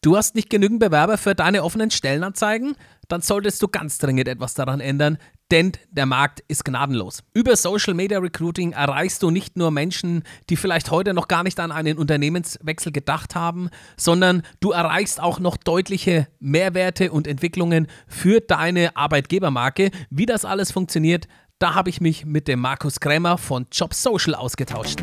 Du hast nicht genügend Bewerber für deine offenen Stellenanzeigen? Dann solltest du ganz dringend etwas daran ändern, denn der Markt ist gnadenlos. Über Social Media Recruiting erreichst du nicht nur Menschen, die vielleicht heute noch gar nicht an einen Unternehmenswechsel gedacht haben, sondern du erreichst auch noch deutliche Mehrwerte und Entwicklungen für deine Arbeitgebermarke. Wie das alles funktioniert, da habe ich mich mit dem Markus Krämer von JobSocial ausgetauscht.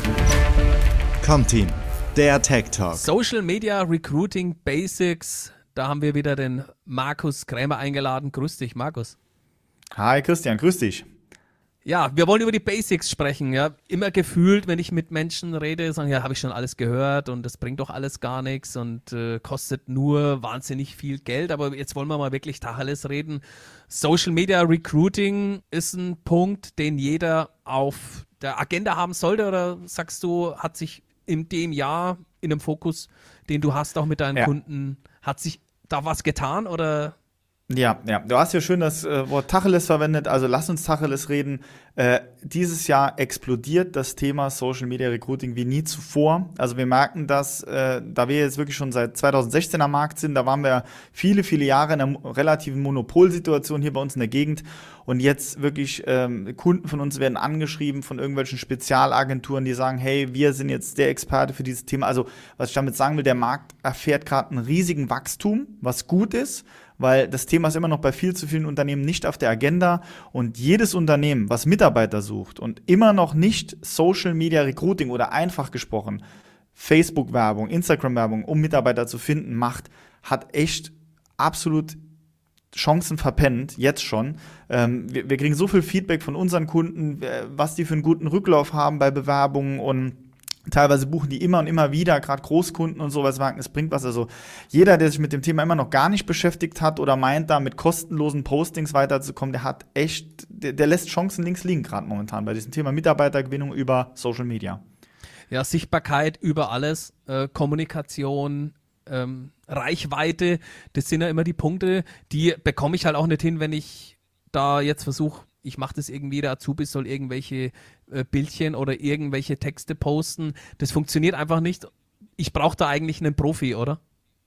Comteam, der Tech Talk. Social Media Recruiting Basics. Da haben wir wieder den Markus Krämer eingeladen. Grüß dich, Markus. Hi Christian, grüß dich. Ja, wir wollen über die Basics sprechen. Ja. Immer gefühlt, wenn ich mit Menschen rede, sagen, ja, habe ich schon alles gehört und das bringt doch alles gar nichts und kostet nur wahnsinnig viel Geld. Aber jetzt wollen wir mal wirklich Tacheles reden. Social Media Recruiting ist ein Punkt, den jeder auf der Agenda haben sollte, oder sagst du, hat sich in dem Jahr in dem Fokus, den du hast, auch mit deinen Kunden, hat sich da was getan, oder? Ja, du hast ja schön das Wort Tacheles verwendet, also lass uns Tacheles reden. Dieses Jahr explodiert das Thema Social Media Recruiting wie nie zuvor. Also wir merken das, da wir jetzt wirklich schon seit 2016 am Markt sind, da waren wir viele, viele Jahre in einer relativen Monopolsituation hier bei uns in der Gegend. Und jetzt wirklich Kunden von uns werden angeschrieben von irgendwelchen Spezialagenturen, die sagen, hey, wir sind jetzt der Experte für dieses Thema. Also was ich damit sagen will, der Markt erfährt gerade einen riesigen Wachstum, was gut ist, weil das Thema ist immer noch bei viel zu vielen Unternehmen nicht auf der Agenda. Und jedes Unternehmen, was Mitarbeiter sucht und immer noch nicht Social Media Recruiting oder einfach gesprochen Facebook-Werbung, Instagram-Werbung, um Mitarbeiter zu finden, macht, hat echt absolut Chancen verpennt, jetzt schon. Wir kriegen so viel Feedback von unseren Kunden, was die für einen guten Rücklauf haben bei Bewerbungen, und teilweise buchen die immer und immer wieder, gerade Großkunden und sowas, sagen, es bringt was. Also jeder, der sich mit dem Thema immer noch gar nicht beschäftigt hat oder meint, da mit kostenlosen Postings weiterzukommen, der hat echt, der lässt Chancen links liegen gerade momentan bei diesem Thema Mitarbeitergewinnung über Social Media. Ja, Sichtbarkeit über alles, Kommunikation, Reichweite, das sind ja immer die Punkte, die bekomme ich halt auch nicht hin, wenn ich da jetzt versuche, ich mache das irgendwie, der Azubi soll irgendwelche Bildchen oder irgendwelche Texte posten. Das funktioniert einfach nicht. Ich brauche da eigentlich einen Profi, oder?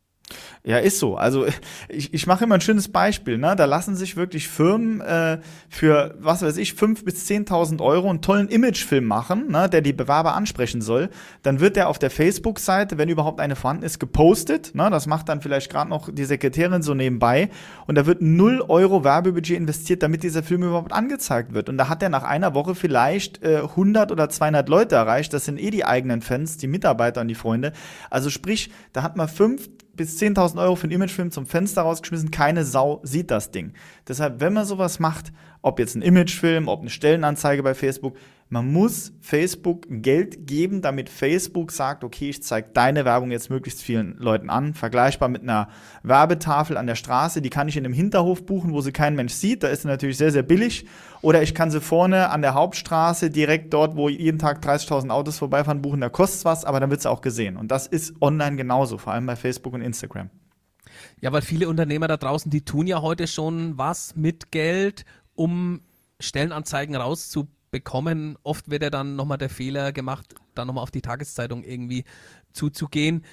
Ja, ist so. Also ich mache immer ein schönes Beispiel. Ne? Da lassen sich wirklich Firmen für, was weiß ich, 5.000 bis 10.000 Euro einen tollen Imagefilm machen, ne, der die Bewerber ansprechen soll. Dann wird der auf der Facebook-Seite, wenn überhaupt eine vorhanden ist, gepostet. Ne? Das macht dann vielleicht gerade noch die Sekretärin so nebenbei. Und da wird 0 Euro Werbebudget investiert, damit dieser Film überhaupt angezeigt wird. Und da hat er nach einer Woche vielleicht 100 oder 200 Leute erreicht. Das sind die eigenen Fans, die Mitarbeiter und die Freunde. Also sprich, da hat man 5.000 bis 10.000 Euro für einen Imagefilm zum Fenster rausgeschmissen, keine Sau sieht das Ding. Deshalb, wenn man sowas macht, ob jetzt ein Imagefilm, ob eine Stellenanzeige bei Facebook, man muss Facebook Geld geben, damit Facebook sagt, okay, ich zeige deine Werbung jetzt möglichst vielen Leuten an. Vergleichbar mit einer Werbetafel an der Straße, die kann ich in einem Hinterhof buchen, wo sie kein Mensch sieht. Da ist sie natürlich sehr, sehr billig. Oder ich kann sie vorne an der Hauptstraße, direkt dort, wo jeden Tag 30.000 Autos vorbeifahren, buchen. Da kostet es was, aber dann wird sie auch gesehen. Und das ist online genauso, vor allem bei Facebook und Instagram. Ja, weil viele Unternehmer da draußen, die tun ja heute schon was mit Geld, um Stellenanzeigen rauszubekommen. Oft wird ja dann nochmal der Fehler gemacht, dann nochmal auf die Tageszeitung irgendwie zuzugehen.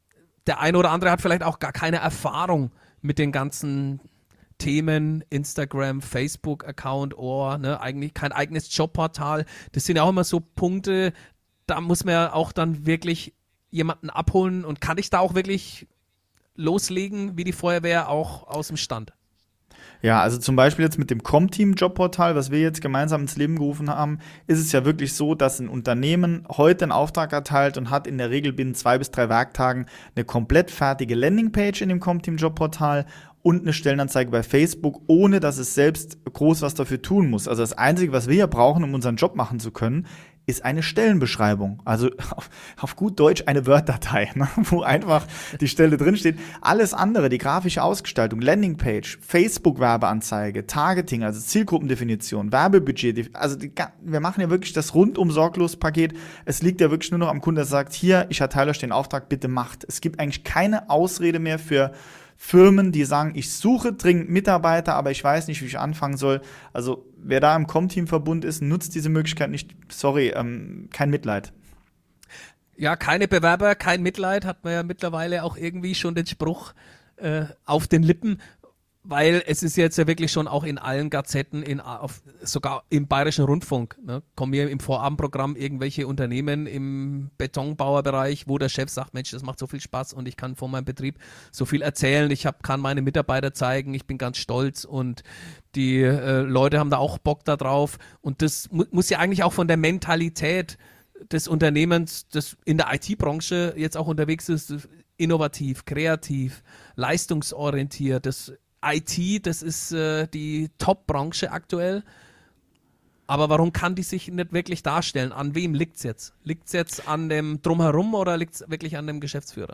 Der eine oder andere hat vielleicht auch gar keine Erfahrung mit den ganzen Themen, Instagram, Facebook-Account oder eigentlich kein eigenes Jobportal. Das sind ja auch immer so Punkte, da muss man ja auch dann wirklich jemanden abholen, und kann ich da auch wirklich loslegen, wie die Feuerwehr, auch aus dem Stand? Ja, also zum Beispiel jetzt mit dem Comteam-Jobportal, was wir jetzt gemeinsam ins Leben gerufen haben, ist es ja wirklich so, dass ein Unternehmen heute einen Auftrag erteilt und hat in der Regel binnen 2 bis 3 Werktagen eine komplett fertige Landingpage in dem Comteam-Jobportal und eine Stellenanzeige bei Facebook, ohne dass es selbst groß was dafür tun muss. Also das Einzige, was wir hier brauchen, um unseren Job machen zu können, ist eine Stellenbeschreibung. Also auf gut Deutsch eine Word-Datei, ne, wo einfach die Stelle drinsteht. Alles andere, die grafische Ausgestaltung, Landingpage, Facebook-Werbeanzeige, Targeting, also Zielgruppendefinition, Werbebudget, also wir machen ja wirklich das rundum sorglos Paket. Es liegt ja wirklich nur noch am Kunden, der sagt, hier, ich erteile euch den Auftrag, bitte macht. Es gibt eigentlich keine Ausrede mehr für Firmen, die sagen, ich suche dringend Mitarbeiter, aber ich weiß nicht, wie ich anfangen soll. Also wer da im Comteam-Verbund ist, nutzt diese Möglichkeit nicht. Sorry, kein Mitleid. Ja, keine Bewerber, kein Mitleid, hat man ja mittlerweile auch irgendwie schon den Spruch auf den Lippen, weil es ist jetzt ja wirklich schon auch in allen Gazetten, sogar im Bayerischen Rundfunk, ne, kommen mir im Vorabendprogramm irgendwelche Unternehmen im Betonbauerbereich, wo der Chef sagt, Mensch, das macht so viel Spaß und ich kann von meinem Betrieb so viel erzählen, kann meine Mitarbeiter zeigen, ich bin ganz stolz und die Leute haben da auch Bock da drauf und das muss ja eigentlich auch von der Mentalität des Unternehmens, das in der IT-Branche jetzt auch unterwegs ist, innovativ, kreativ, leistungsorientiert. Das IT, das ist die Top-Branche aktuell. Aber warum kann die sich nicht wirklich darstellen? An wem liegt es jetzt? Liegt es jetzt an dem Drumherum oder liegt es wirklich an dem Geschäftsführer?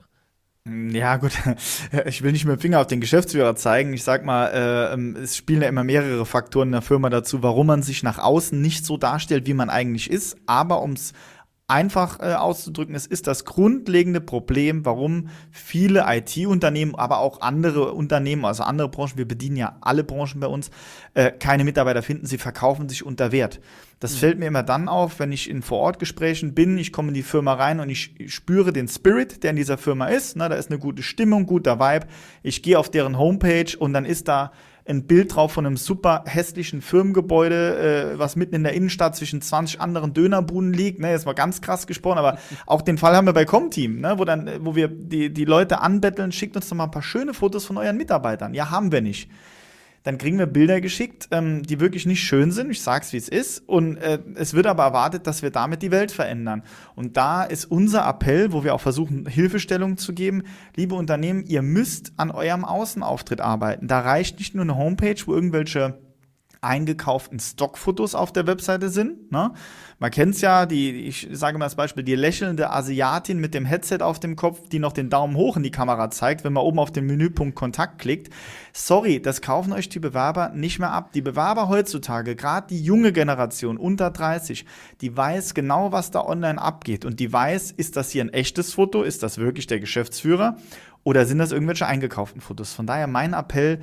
Ja, gut, ich will nicht mit dem Finger auf den Geschäftsführer zeigen. Ich sag mal, es spielen ja immer mehrere Faktoren in der Firma dazu, warum man sich nach außen nicht so darstellt, wie man eigentlich ist. Aber ums einfach auszudrücken, es ist das grundlegende Problem, warum viele IT-Unternehmen, aber auch andere Unternehmen, also andere Branchen, wir bedienen ja alle Branchen bei uns, keine Mitarbeiter finden, sie verkaufen sich unter Wert. Das fällt mir immer dann auf, wenn ich in Vorortgesprächen bin, ich komme in die Firma rein und ich spüre den Spirit, der in dieser Firma ist, ne, da ist eine gute Stimmung, guter Vibe, ich gehe auf deren Homepage und dann ist da ein Bild drauf von einem super hässlichen Firmengebäude, was mitten in der Innenstadt zwischen 20 anderen Dönerbuden liegt. Ne, jetzt mal ganz krass gesprochen, aber auch den Fall haben wir bei Comteam, ne, wo wir die Leute anbetteln, schickt uns doch mal ein paar schöne Fotos von euren Mitarbeitern. Ja, haben wir nicht. Dann kriegen wir Bilder geschickt, die wirklich nicht schön sind. Ich sag's, wie es ist. Und es wird aber erwartet, dass wir damit die Welt verändern. Und da ist unser Appell, wo wir auch versuchen, Hilfestellung zu geben. Liebe Unternehmen, ihr müsst an eurem Außenauftritt arbeiten. Da reicht nicht nur eine Homepage, wo irgendwelche eingekauften Stockfotos auf der Webseite sind. Ne? Man kennt's ja, ich sage mal als Beispiel, die lächelnde Asiatin mit dem Headset auf dem Kopf, die noch den Daumen hoch in die Kamera zeigt, wenn man oben auf den Menüpunkt Kontakt klickt. Sorry, das kaufen euch die Bewerber nicht mehr ab. Die Bewerber heutzutage, gerade die junge Generation unter 30, die weiß genau, was da online abgeht. Und die weiß, ist das hier ein echtes Foto? Ist das wirklich der Geschäftsführer? Oder sind das irgendwelche eingekauften Fotos? Von daher mein Appell,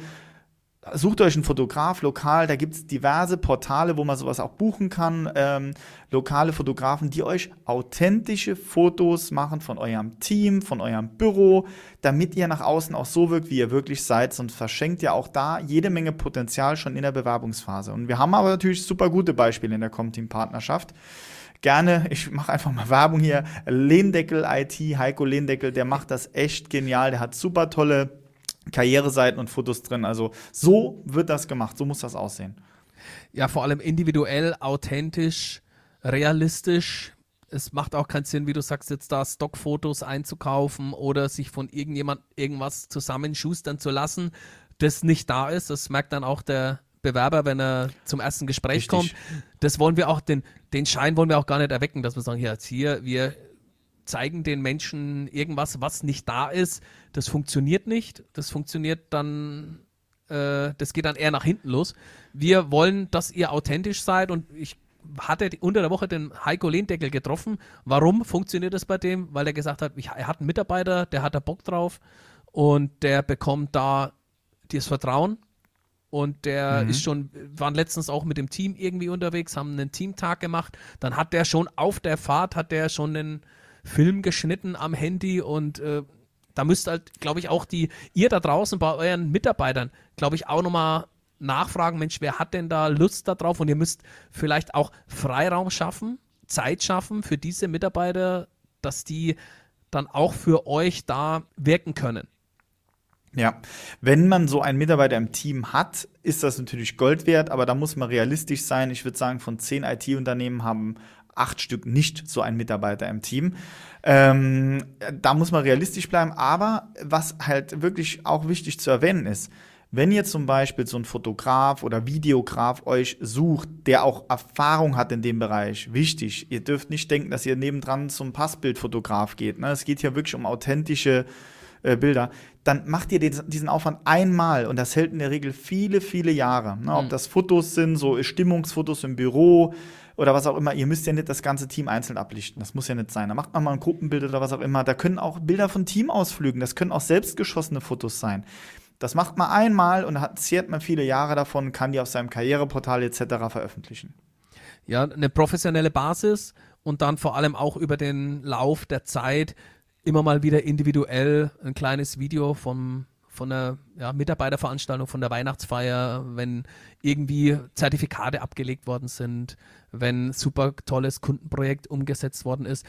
sucht euch einen Fotograf lokal, da gibt es diverse Portale, wo man sowas auch buchen kann, lokale Fotografen, die euch authentische Fotos machen von eurem Team, von eurem Büro, damit ihr nach außen auch so wirkt, wie ihr wirklich seid, sonst verschenkt ihr auch da jede Menge Potenzial schon in der Bewerbungsphase. Und wir haben aber natürlich super gute Beispiele in der Comteam-Partnerschaft. Gerne, ich mache einfach mal Werbung hier, Lehndeckel IT, Heiko Lehndeckel, der macht das echt genial, der hat super tolle Karriereseiten und Fotos drin. Also so wird das gemacht, so muss das aussehen. Ja, vor allem individuell, authentisch, realistisch. Es macht auch keinen Sinn, wie du sagst, jetzt da Stockfotos einzukaufen oder sich von irgendjemand irgendwas zusammenschustern zu lassen, das nicht da ist. Das merkt dann auch der Bewerber, wenn er zum ersten Gespräch kommt. Das wollen wir auch, den Schein wollen wir auch gar nicht erwecken, dass wir sagen, wir zeigen den Menschen irgendwas, was nicht da ist. Das funktioniert nicht. Das funktioniert dann, das geht dann eher nach hinten los. Wir wollen, dass ihr authentisch seid und ich hatte unter der Woche den Heiko Lehndeckel getroffen. Warum funktioniert das bei dem? Weil er gesagt hat, er hat einen Mitarbeiter, der hat da Bock drauf und der bekommt da das Vertrauen. Und der waren letztens auch mit dem Team irgendwie unterwegs, haben einen Teamtag gemacht. Dann hat der schon auf der Fahrt, einen Film geschnitten am Handy und da müsst halt, glaube ich, auch ihr da draußen bei euren Mitarbeitern, glaube ich, auch nochmal nachfragen, Mensch, wer hat denn da Lust da drauf? Und ihr müsst vielleicht auch Freiraum schaffen, Zeit schaffen für diese Mitarbeiter, dass die dann auch für euch da wirken können. Ja, wenn man so einen Mitarbeiter im Team hat, ist das natürlich Gold wert, aber da muss man realistisch sein. Ich würde sagen, von 10 IT-Unternehmen haben 8 Stück nicht so einen Mitarbeiter im Team. Da muss man realistisch bleiben, aber was halt wirklich auch wichtig zu erwähnen ist, wenn ihr zum Beispiel so einen Fotograf oder Videograf euch sucht, der auch Erfahrung hat in dem Bereich, wichtig, ihr dürft nicht denken, dass ihr nebendran zum Passbildfotograf geht. Ne? Es geht hier wirklich um authentische Bilder, dann macht ihr diesen Aufwand einmal und das hält in der Regel viele, viele Jahre. Ne? Ob das Fotos sind, so Stimmungsfotos im Büro oder was auch immer, ihr müsst ja nicht das ganze Team einzeln ablichten, das muss ja nicht sein. Da macht man mal ein Gruppenbild oder was auch immer, da können auch Bilder von Teamausflügen, das können auch selbstgeschossene Fotos sein. Das macht man einmal und zehrt man viele Jahre davon, kann die auf seinem Karriereportal etc. veröffentlichen. Ja, eine professionelle Basis und dann vor allem auch über den Lauf der Zeit immer mal wieder individuell ein kleines Video von der Mitarbeiterveranstaltung, von der Weihnachtsfeier, wenn irgendwie Zertifikate abgelegt worden sind, wenn super tolles Kundenprojekt umgesetzt worden ist.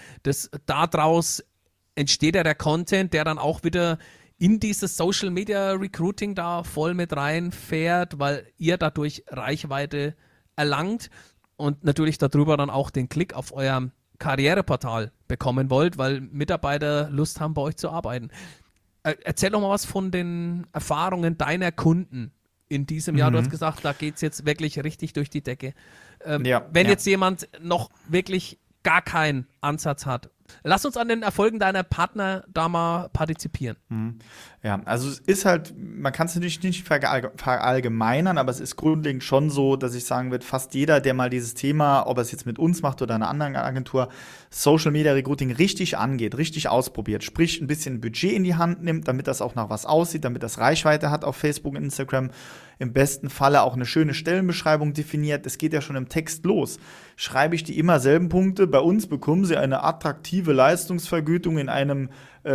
Daraus entsteht ja der Content, der dann auch wieder in dieses Social Media Recruiting da voll mit reinfährt, weil ihr dadurch Reichweite erlangt und natürlich darüber dann auch den Klick auf euer Karriereportal bekommen wollt, weil Mitarbeiter Lust haben, bei euch zu arbeiten. Erzähl doch mal was von den Erfahrungen deiner Kunden in diesem Jahr. Du hast gesagt, da geht es jetzt wirklich richtig durch die Decke. Wenn jetzt jemand noch wirklich gar keinen Ansatz hat, lass uns an den Erfolgen deiner Partner da mal partizipieren. Ja, also es ist halt, man kann es natürlich nicht verallgemeinern, aber es ist grundlegend schon so, dass ich sagen würde, fast jeder, der mal dieses Thema, ob er es jetzt mit uns macht oder einer anderen Agentur, Social Media Recruiting richtig angeht, richtig ausprobiert, sprich ein bisschen Budget in die Hand nimmt, damit das auch nach was aussieht, damit das Reichweite hat auf Facebook und Instagram, im besten Falle auch eine schöne Stellenbeschreibung definiert. Es geht ja schon im Text los. Schreibe ich die immer selben Punkte? Bei uns bekommen Sie eine attraktive Leistungsvergütung in einem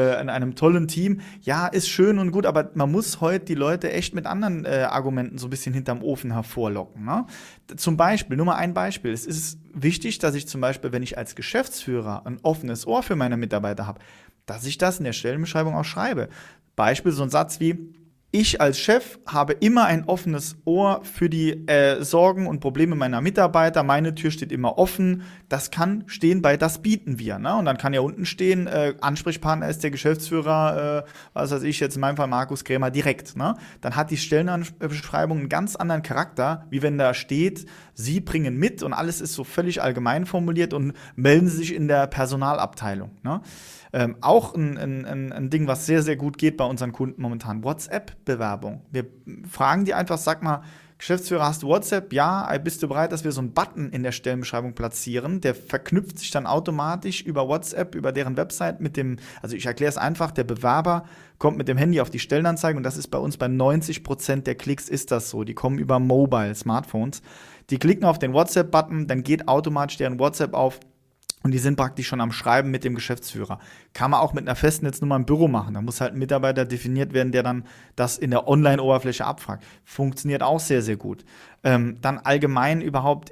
tollen Team. Ja, ist schön und gut, aber man muss heute die Leute echt mit anderen Argumenten so ein bisschen hinterm Ofen hervorlocken. Ne? Zum Beispiel, nur mal ein Beispiel. Es ist wichtig, dass ich zum Beispiel, wenn ich als Geschäftsführer ein offenes Ohr für meine Mitarbeiter habe, dass ich das in der Stellenbeschreibung auch schreibe. Beispiel, so ein Satz wie: Ich als Chef habe immer ein offenes Ohr für die Sorgen und Probleme meiner Mitarbeiter. Meine Tür steht immer offen. Das kann stehen bei "Das bieten wir". Ne? Und dann kann ja unten stehen, Ansprechpartner ist der Geschäftsführer, was weiß ich, jetzt in meinem Fall Markus Krämer direkt. Ne? Dann hat die Stellenbeschreibung einen ganz anderen Charakter, wie wenn da steht, Sie bringen mit, und alles ist so völlig allgemein formuliert, und melden Sie sich in der Personalabteilung. Ne? Auch ein Ding, was sehr, sehr gut geht bei unseren Kunden momentan: WhatsApp-Bewerbung. Wir fragen die einfach, sag mal, Geschäftsführer, hast du WhatsApp? Ja, bist du bereit, dass wir so einen Button in der Stellenbeschreibung platzieren? Der verknüpft sich dann automatisch über WhatsApp, über deren Website mit dem, also ich erkläre es einfach, der Bewerber kommt mit dem Handy auf die Stellenanzeige, und das ist bei uns bei 90% der Klicks ist das so. Die kommen über Mobile, Smartphones. Die klicken auf den WhatsApp-Button, dann geht automatisch deren WhatsApp auf, und die sind praktisch schon am Schreiben mit dem Geschäftsführer. Kann man auch mit einer Festnetznummer im Büro machen. Da muss halt ein Mitarbeiter definiert werden, der dann das in der Online-Oberfläche abfragt. Funktioniert auch sehr, sehr gut. Dann allgemein überhaupt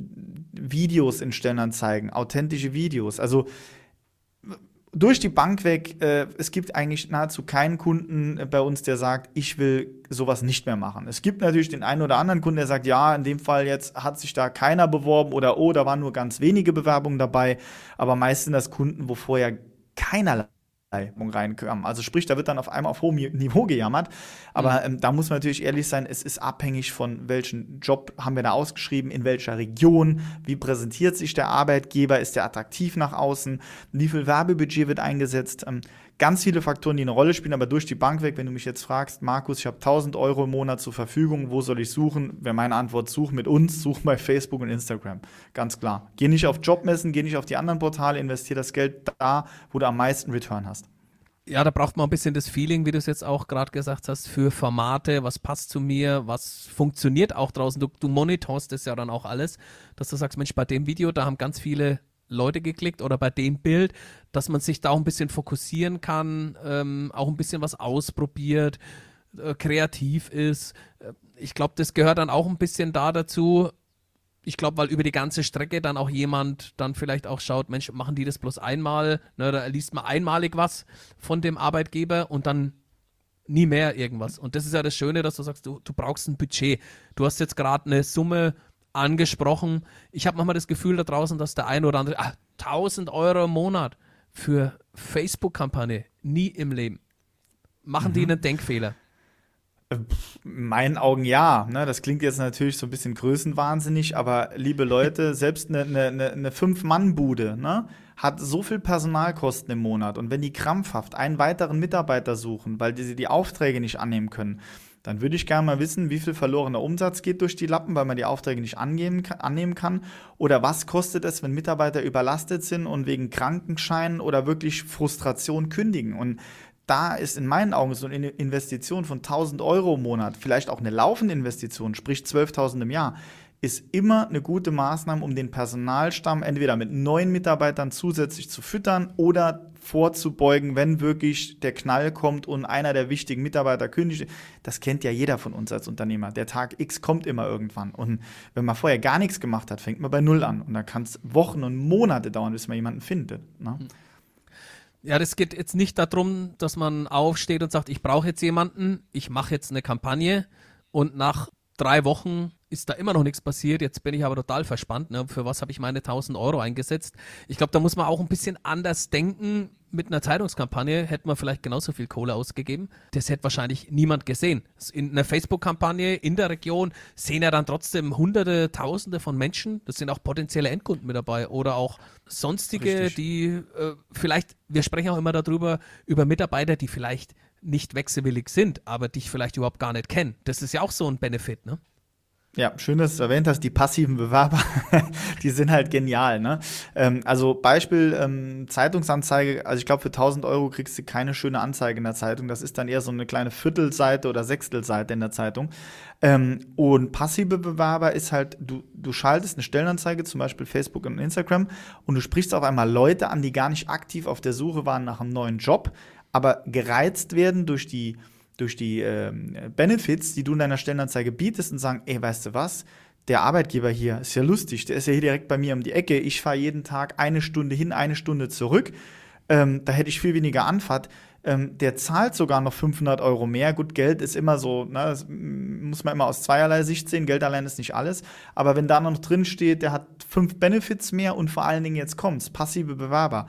Videos in Stellenanzeigen, authentische Videos. Also durch die Bank weg, es gibt eigentlich nahezu keinen Kunden bei uns, der sagt, ich will sowas nicht mehr machen. Es gibt natürlich den einen oder anderen Kunden, der sagt, ja, in dem Fall jetzt hat sich da keiner beworben, oder da waren nur ganz wenige Bewerbungen dabei, aber meist sind das Kunden, wo vorher keinerlei reinkam. Also sprich, da wird dann auf einmal auf hohem Niveau gejammert. Aber da muss man natürlich ehrlich sein, es ist abhängig von welchen Job haben wir da ausgeschrieben, in welcher Region, wie präsentiert sich der Arbeitgeber, ist der attraktiv nach außen, wie viel Werbebudget wird eingesetzt. Ganz viele Faktoren, die eine Rolle spielen, aber durch die Bank weg, wenn du mich jetzt fragst, Markus, ich habe 1.000 Euro im Monat zur Verfügung, wo soll ich suchen? Wäre meine Antwort, such mit uns, such bei Facebook und Instagram. Ganz klar. Geh nicht auf Jobmessen, geh nicht auf die anderen Portale, investier das Geld da, wo du am meisten Return hast. Ja, da braucht man ein bisschen das Feeling, wie du es jetzt auch gerade gesagt hast, für Formate, was passt zu mir, was funktioniert auch draußen. Du monitorst das ja dann auch alles, dass du sagst, Mensch, bei dem Video, da haben ganz viele Leute geklickt, oder bei dem Bild, dass man sich da auch ein bisschen fokussieren kann, auch ein bisschen was ausprobiert, kreativ ist. Ich glaube, das gehört dann auch ein bisschen da dazu. Ich glaube, weil über die ganze Strecke dann auch jemand dann vielleicht auch schaut, Mensch, machen die das bloß einmal? Ne, da liest man einmalig was von dem Arbeitgeber und dann nie mehr irgendwas. Und das ist ja das Schöne, dass du sagst, du brauchst ein Budget. Du hast jetzt gerade eine Summe angesprochen. Ich habe manchmal das Gefühl da draußen, dass der eine oder andere, 1.000 Euro im Monat für Facebook-Kampagne, nie im Leben. Machen die einen Denkfehler? In meinen Augen ja. Ne? Das klingt jetzt natürlich so ein bisschen größenwahnsinnig, aber liebe Leute, selbst eine 5-Mann-Bude, ne, hat so viel Personalkosten im Monat. Und wenn die krampfhaft einen weiteren Mitarbeiter suchen, weil sie die Aufträge nicht annehmen können, dann würde ich gerne mal wissen, wie viel verlorener Umsatz geht durch die Lappen, weil man die Aufträge nicht annehmen kann. Oder was kostet es, wenn Mitarbeiter überlastet sind und wegen Krankenschein oder wirklich Frustration kündigen. Und da ist in meinen Augen so eine Investition von 1.000 Euro im Monat, vielleicht auch eine laufende Investition, sprich 12.000 im Jahr, ist immer eine gute Maßnahme, um den Personalstamm entweder mit neuen Mitarbeitern zusätzlich zu füttern oder vorzubeugen, wenn wirklich der Knall kommt und einer der wichtigen Mitarbeiter kündigt. Das kennt ja jeder von uns als Unternehmer. Der Tag X kommt immer irgendwann. Und wenn man vorher gar nichts gemacht hat, fängt man bei Null an. Und da kann es Wochen und Monate dauern, bis man jemanden findet. Ne? Ja, das geht jetzt nicht darum, dass man aufsteht und sagt, ich brauche jetzt jemanden, ich mache jetzt eine Kampagne und nach 3 Wochen ist da immer noch nichts passiert. Jetzt bin ich aber total verspannt. Ne? Für was habe ich meine 1.000 Euro eingesetzt? Ich glaube, da muss man auch ein bisschen anders denken. Mit einer Zeitungskampagne hätte man vielleicht genauso viel Kohle ausgegeben. Das hätte wahrscheinlich niemand gesehen. In einer Facebook-Kampagne in der Region sehen ja dann trotzdem Hunderte, Tausende von Menschen. Das sind auch potenzielle Endkunden mit dabei oder auch sonstige, Richtig. die vielleicht, wir sprechen auch immer darüber, über Mitarbeiter, die vielleicht nicht wechselwillig sind, aber dich vielleicht überhaupt gar nicht kennen. Das ist ja auch so ein Benefit, ne? Ja, schön, dass du erwähnt hast, die passiven Bewerber, die sind halt genial, ne? Also Beispiel Zeitungsanzeige, also ich glaube für 1.000 Euro kriegst du keine schöne Anzeige in der Zeitung, das ist dann eher so eine kleine Viertelseite oder Sechstelseite in der Zeitung. Und passive Bewerber ist halt, du schaltest eine Stellenanzeige, zum Beispiel Facebook und Instagram, und du sprichst auf einmal Leute an, die gar nicht aktiv auf der Suche waren nach einem neuen Job, aber gereizt werden durch die Benefits, die du in deiner Stellenanzeige bietest und sagen, ey, weißt du was, der Arbeitgeber hier ist ja lustig, der ist ja hier direkt bei mir um die Ecke, ich fahre jeden Tag 1 Stunde hin, 1 Stunde zurück, da hätte ich viel weniger Anfahrt, der zahlt sogar noch 500 Euro mehr. Gut, Geld ist immer so, ne, das muss man immer aus zweierlei Sicht sehen, Geld allein ist nicht alles, aber wenn da noch drin steht, der hat 5 Benefits mehr und vor allen Dingen, jetzt kommt's, passive Bewerber,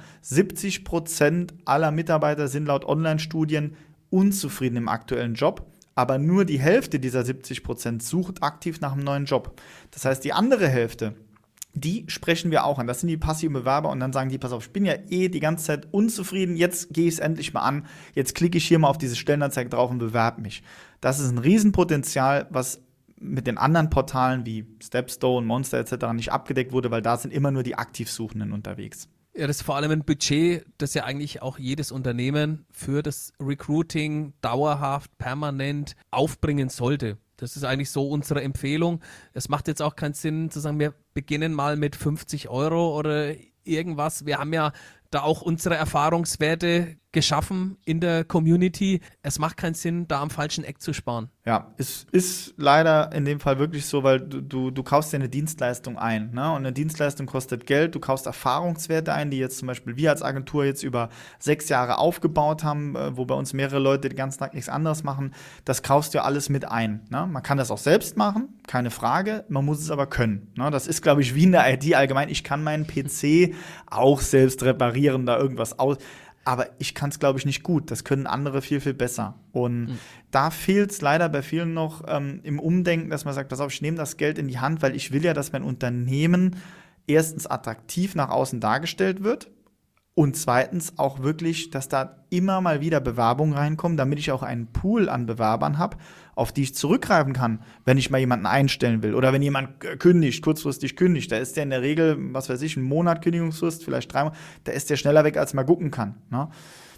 70% aller Mitarbeiter sind laut Online-Studien unzufrieden im aktuellen Job, aber nur die Hälfte dieser 70% sucht aktiv nach einem neuen Job. Das heißt, die andere Hälfte, die sprechen wir auch an. Das sind die passiven Bewerber und dann sagen die, pass auf, ich bin ja eh die ganze Zeit unzufrieden, jetzt gehe ich es endlich mal an, jetzt klicke ich hier mal auf diese Stellenanzeige drauf und bewerbe mich. Das ist ein Riesenpotenzial, was mit den anderen Portalen wie Stepstone, Monster etc. nicht abgedeckt wurde, weil da sind immer nur die Aktivsuchenden unterwegs. Ja, das ist vor allem ein Budget, das ja eigentlich auch jedes Unternehmen für das Recruiting dauerhaft, permanent aufbringen sollte. Das ist eigentlich so unsere Empfehlung. Es macht jetzt auch keinen Sinn zu sagen, wir beginnen mal mit 50 Euro oder irgendwas. Wir haben ja da auch unsere Erfahrungswerte geschaffen in der Community. Es macht keinen Sinn, da am falschen Eck zu sparen. Ja, es ist leider in dem Fall wirklich so, weil du kaufst dir eine Dienstleistung ein, ne? Und eine Dienstleistung kostet Geld, du kaufst Erfahrungswerte ein, die jetzt zum Beispiel wir als Agentur jetzt über 6 Jahre aufgebaut haben, wo bei uns mehrere Leute den ganzen Tag nichts anderes machen. Das kaufst du alles mit ein, ne? Man kann das auch selbst machen, keine Frage, man muss es aber können, ne? Das ist, glaube ich, wie in der IT allgemein. Ich kann meinen PC auch selbst reparieren, da irgendwas aus. Aber ich kann es, glaube ich, nicht gut. Das können andere viel, viel besser. Und da fehlt es leider bei vielen noch im Umdenken, dass man sagt, pass auf, ich nehme das Geld in die Hand, weil ich will ja, dass mein Unternehmen erstens attraktiv nach außen dargestellt wird und zweitens auch wirklich, dass da immer mal wieder Bewerbungen reinkommen, damit ich auch einen Pool an Bewerbern habe, auf die ich zurückgreifen kann, wenn ich mal jemanden einstellen will. Oder wenn jemand kündigt, kurzfristig kündigt, da ist der in der Regel, was weiß ich, 1 Monat Kündigungsfrist, vielleicht 3 Monate, da ist der schneller weg, als man gucken kann, ne?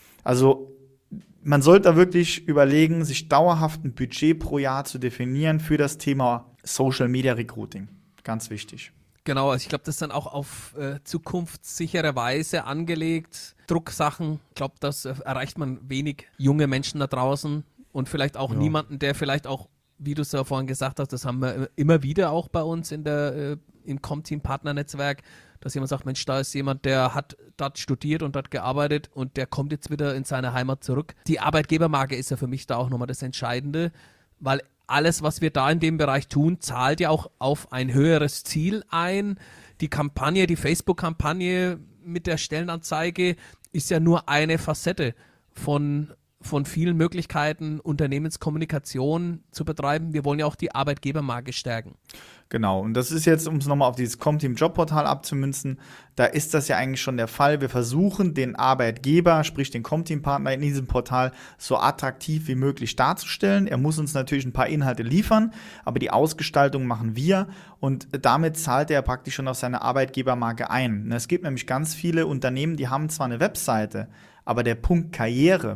Also man sollte da wirklich überlegen, sich dauerhaft ein Budget pro Jahr zu definieren für das Thema Social Media Recruiting. Ganz wichtig. Genau, also ich glaube, das ist dann auch auf zukunftssichere Weise angelegt. Drucksachen, ich glaube, das erreicht man wenig junge Menschen da draußen und vielleicht auch niemanden, der vielleicht auch, wie du es ja vorhin gesagt hast, das haben wir immer wieder auch bei uns im Comteam-Partnernetzwerk, dass jemand sagt, Mensch, da ist jemand, der hat dort studiert und dort gearbeitet und der kommt jetzt wieder in seine Heimat zurück. Die Arbeitgebermarke ist ja für mich da auch nochmal das Entscheidende, weil alles, was wir da in dem Bereich tun, zahlt ja auch auf ein höheres Ziel ein. Die Kampagne, die Facebook-Kampagne mit der Stellenanzeige ist ja nur eine Facette von vielen Möglichkeiten, Unternehmenskommunikation zu betreiben. Wir wollen ja auch die Arbeitgebermarke stärken. Genau, und das ist jetzt, um es nochmal auf dieses Comteam Jobportal abzumünzen, da ist das ja eigentlich schon der Fall. Wir versuchen, den Arbeitgeber, sprich den Comteam-Partner in diesem Portal so attraktiv wie möglich darzustellen. Er muss uns natürlich ein paar Inhalte liefern, aber die Ausgestaltung machen wir und damit zahlt er praktisch schon auf seine Arbeitgebermarke ein. Es gibt nämlich ganz viele Unternehmen, die haben zwar eine Webseite, aber der Punkt Karriere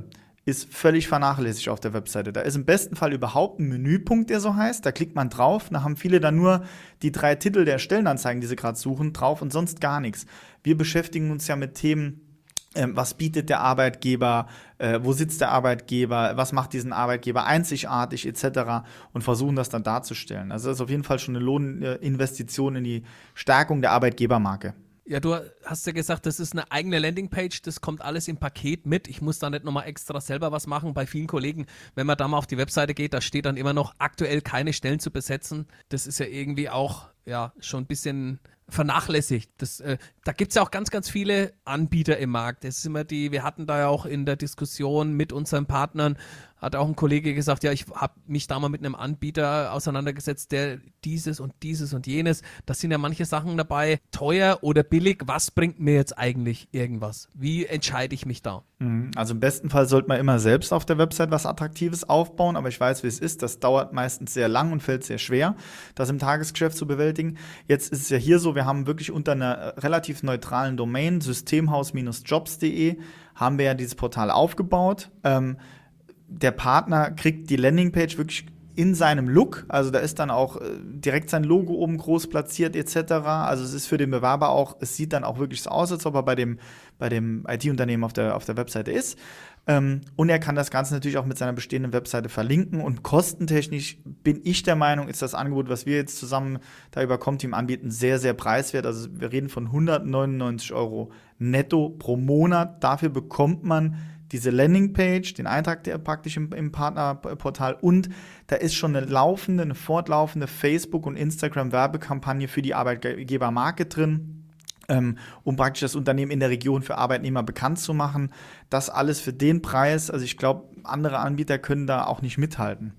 ist völlig vernachlässigt auf der Webseite. Da ist im besten Fall überhaupt ein Menüpunkt, der so heißt. Da klickt man drauf, da haben viele dann nur die 3 Titel der Stellenanzeigen, die sie gerade suchen, drauf und sonst gar nichts. Wir beschäftigen uns ja mit Themen, was bietet der Arbeitgeber, wo sitzt der Arbeitgeber, was macht diesen Arbeitgeber einzigartig etc. und versuchen das dann darzustellen. Also das ist auf jeden Fall schon eine Lohninvestition in die Stärkung der Arbeitgebermarke. Ja, du hast ja gesagt, das ist eine eigene Landingpage, das kommt alles im Paket mit. Ich muss da nicht nochmal extra selber was machen. Bei vielen Kollegen, wenn man da mal auf die Webseite geht, da steht dann immer noch aktuell keine Stellen zu besetzen. Das ist ja irgendwie auch schon ein bisschen vernachlässigt. Da gibt es ja auch ganz, ganz viele Anbieter im Markt. Das ist immer wir hatten da ja auch in der Diskussion mit unseren Partnern, hat auch ein Kollege gesagt, ja, ich habe mich da mal mit einem Anbieter auseinandergesetzt, der dieses und jenes. Das sind ja manche Sachen dabei, teuer oder billig. Was bringt mir jetzt eigentlich irgendwas? Wie entscheide ich mich da? Also im besten Fall sollte man immer selbst auf der Website was Attraktives aufbauen, aber ich weiß, wie es ist. Das dauert meistens sehr lang und fällt sehr schwer, das im Tagesgeschäft zu bewältigen. Jetzt ist es ja hier so, wir haben wirklich unter einer relativ neutralen Domain, systemhaus-jobs.de, haben wir ja dieses Portal aufgebaut. Der Partner kriegt die Landingpage wirklich in seinem Look, also da ist dann auch direkt sein Logo oben groß platziert etc. Also es ist für den Bewerber auch, es sieht dann auch wirklich so aus, als ob er bei dem IT-Unternehmen auf der Webseite ist. Und er kann das Ganze natürlich auch mit seiner bestehenden Webseite verlinken und kostentechnisch bin ich der Meinung, ist das Angebot, was wir jetzt zusammen da über Comteam anbieten, sehr, sehr preiswert. Also wir reden von 199 € netto pro Monat. Dafür bekommt man diese Landingpage, den Eintrag der praktisch im Partnerportal und da ist schon eine fortlaufende Facebook- und Instagram-Werbekampagne für die Arbeitgebermarke drin, um praktisch das Unternehmen in der Region für Arbeitnehmer bekannt zu machen. Das alles für den Preis, also ich glaube, andere Anbieter können da auch nicht mithalten.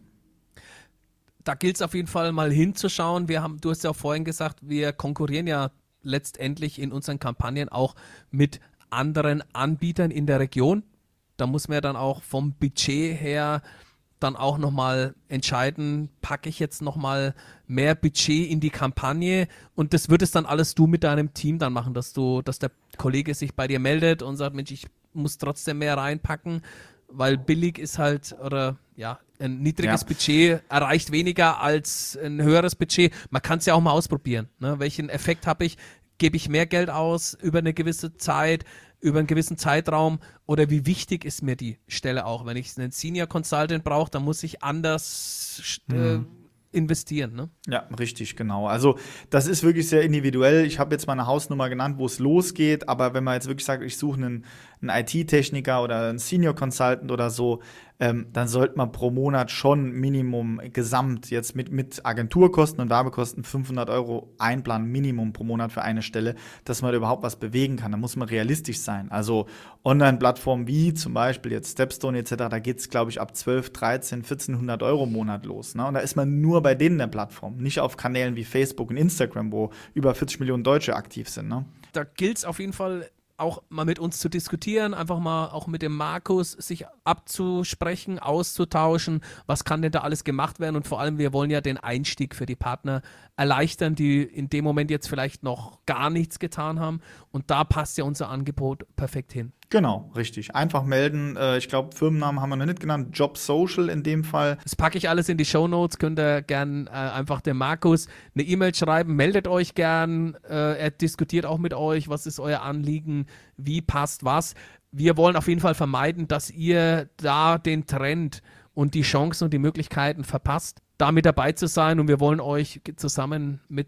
Da gilt es auf jeden Fall mal hinzuschauen. Du hast ja auch vorhin gesagt, wir konkurrieren ja letztendlich in unseren Kampagnen auch mit anderen Anbietern in der Region. Da muss man ja dann auch vom Budget her dann auch nochmal entscheiden, packe ich jetzt nochmal mehr Budget in die Kampagne und das würdest dann alles du mit deinem Team dann machen, dass der Kollege sich bei dir meldet und sagt, Mensch, ich muss trotzdem mehr reinpacken, weil billig ist halt, oder ja, ein niedriges Budget erreicht weniger als ein höheres Budget. Man kann es ja auch mal ausprobieren. Ne? Welchen Effekt habe ich? Gebe ich mehr Geld aus über eine gewisse Zeit, über einen gewissen Zeitraum oder wie wichtig ist mir die Stelle auch? Wenn ich einen Senior Consultant brauche, dann muss ich anders investieren. Ne? Ja, richtig, genau. Also das ist wirklich sehr individuell. Ich habe jetzt mal eine Hausnummer genannt, wo es losgeht, aber wenn man jetzt wirklich sagt, ich suche einen IT-Techniker oder einen Senior Consultant oder so, dann sollte man pro Monat schon Minimum gesamt jetzt mit Agenturkosten und Werbekosten 500 € einplanen, Minimum pro Monat für eine Stelle, dass man überhaupt was bewegen kann. Da muss man realistisch sein. Also Online-Plattformen wie zum Beispiel jetzt Stepstone etc., da geht es, glaube ich, ab 12, 13, 1400 € im Monat los. Ne? Und da ist man nur bei denen der Plattform, nicht auf Kanälen wie Facebook und Instagram, wo über 40 Millionen Deutsche aktiv sind. Ne? Da gilt es auf jeden Fall auch mal mit uns zu diskutieren, einfach mal auch mit dem Markus sich abzusprechen, auszutauschen, was kann denn da alles gemacht werden und vor allem, wir wollen ja den Einstieg für die Partner erleichtern, die in dem Moment jetzt vielleicht noch gar nichts getan haben und da passt ja unser Angebot perfekt hin. Genau, richtig. Einfach melden. Ich glaube, Firmennamen haben wir noch nicht genannt. Job Social in dem Fall. Das packe ich alles in die Shownotes. Könnt ihr gern einfach dem Markus eine E-Mail schreiben. Meldet euch gern. Er diskutiert auch mit euch. Was ist euer Anliegen? Wie passt was? Wir wollen auf jeden Fall vermeiden, dass ihr da den Trend und die Chancen und die Möglichkeiten verpasst, da mit dabei zu sein und wir wollen euch zusammen mit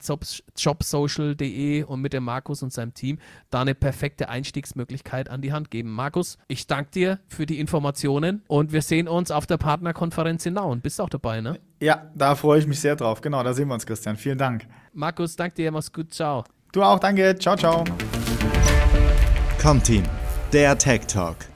jobsocial.de und mit dem Markus und seinem Team da eine perfekte Einstiegsmöglichkeit an die Hand geben. Markus, ich danke dir für die Informationen und wir sehen uns auf der Partnerkonferenz in Nauen. Bist du auch dabei, ne? Ja, da freue ich mich sehr drauf. Genau, da sehen wir uns, Christian. Vielen Dank. Markus, danke dir. Mach's gut. Ciao. Du auch, danke. Ciao, ciao. Comteam, der Tech Talk.